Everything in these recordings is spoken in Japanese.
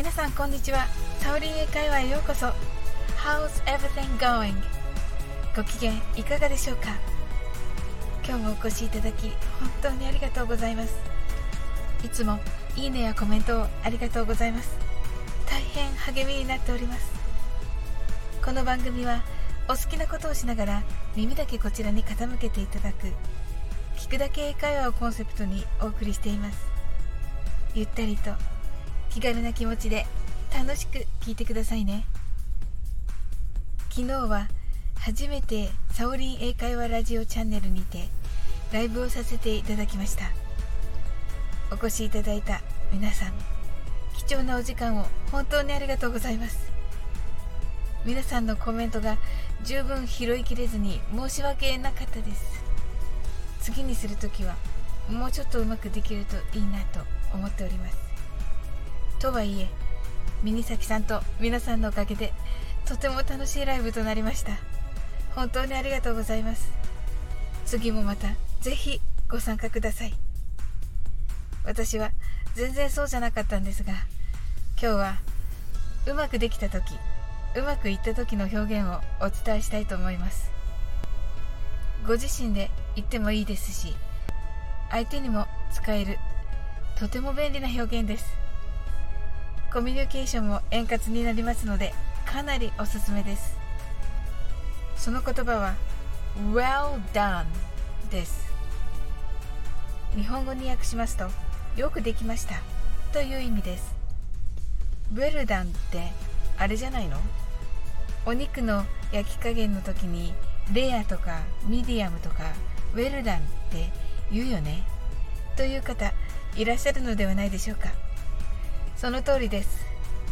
皆さんこんにちは。サオリン英会話へようこそ。 How's everything going? ご機嫌いかがでしょうか。今日もお越しいただき本当にありがとうございます。いつもいいねやコメントをありがとうございます。大変励みになっております。この番組はお好きなことをしながら耳だけこちらに傾けていただく聞くだけ英会話をコンセプトにお送りしています。ゆったりと気軽な気持ちで楽しく聞いてくださいね。昨日は初めてサオリン英会話ラジオチャンネルにてライブをさせていただきました。お越しいただいた皆さん、貴重なお時間を本当にありがとうございます。皆さんのコメントが十分拾いきれずに申し訳なかったです。次にするときはもうちょっとうまくできるといいなと思っております。とはいえ、ミニサキさんと皆さんのおかげでとても楽しいライブとなりました。本当にありがとうございます。次もまたぜひご参加ください。私は全然そうじゃなかったんですが、今日はうまくできた時、うまくいった時の表現をお伝えしたいと思います。ご自身で言ってもいいですし、相手にも使えるとても便利な表現です。コミュニケーションも円滑になりますので、かなりおすすめです。その言葉は Well done です。日本語に訳しますと、よくできましたという意味です。 Well done ってあれじゃないの？お肉の焼き加減の時にレアとかミディアムとか Well done って言うよねという方いらっしゃるのではないでしょうか。その通りです。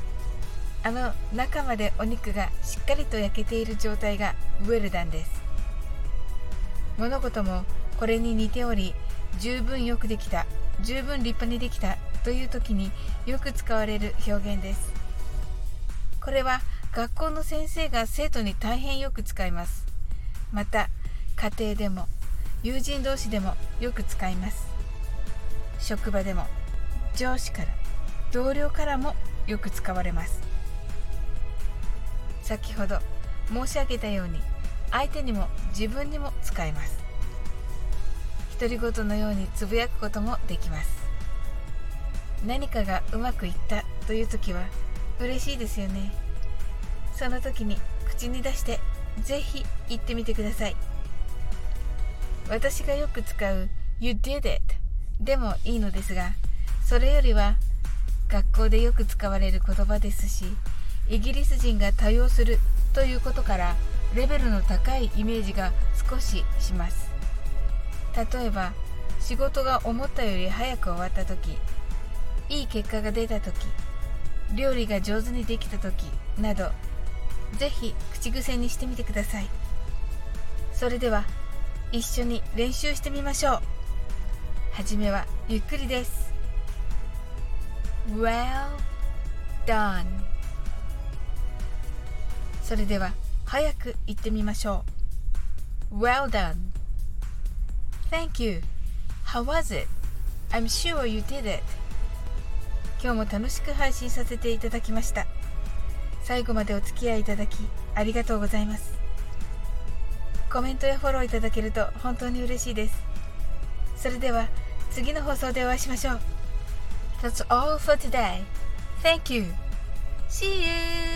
中までお肉がしっかりと焼けている状態がウェルダンです。物事もこれに似ており、十分よくできた、十分立派にできたという時によく使われる表現です。これは学校の先生が生徒に大変よく使います。また家庭でも友人同士でもよく使います。職場でも上司から同僚からもよく使われます。先ほど申し上げたように相手にも自分にも使えます。独り言のようにつぶやくこともできます。何かがうまくいったという時は嬉しいですよね。その時に口に出してぜひ言ってみてください。私がよく使う You did it でもいいのですが、それよりは学校でよく使われる言葉ですし、イギリス人が多用するということからレベルの高いイメージが少しします。例えば仕事が思ったより早く終わった時、いい結果が出た時、料理が上手にできた時など、ぜひ口癖にしてみてください。それでは一緒に練習してみましょう。はじめはゆっくりです。 Well done。 それでは早く言ってみましょう。 Well done。 Thank you。 How was it? I'm sure you did it。 今日も楽しく配信させていただきました。最後までお付き合いいただきありがとうございます。コメントやフォローいただけると本当に嬉しいです。それでは次の放送でお会いしましょう。That's all for today. Thank you. See you.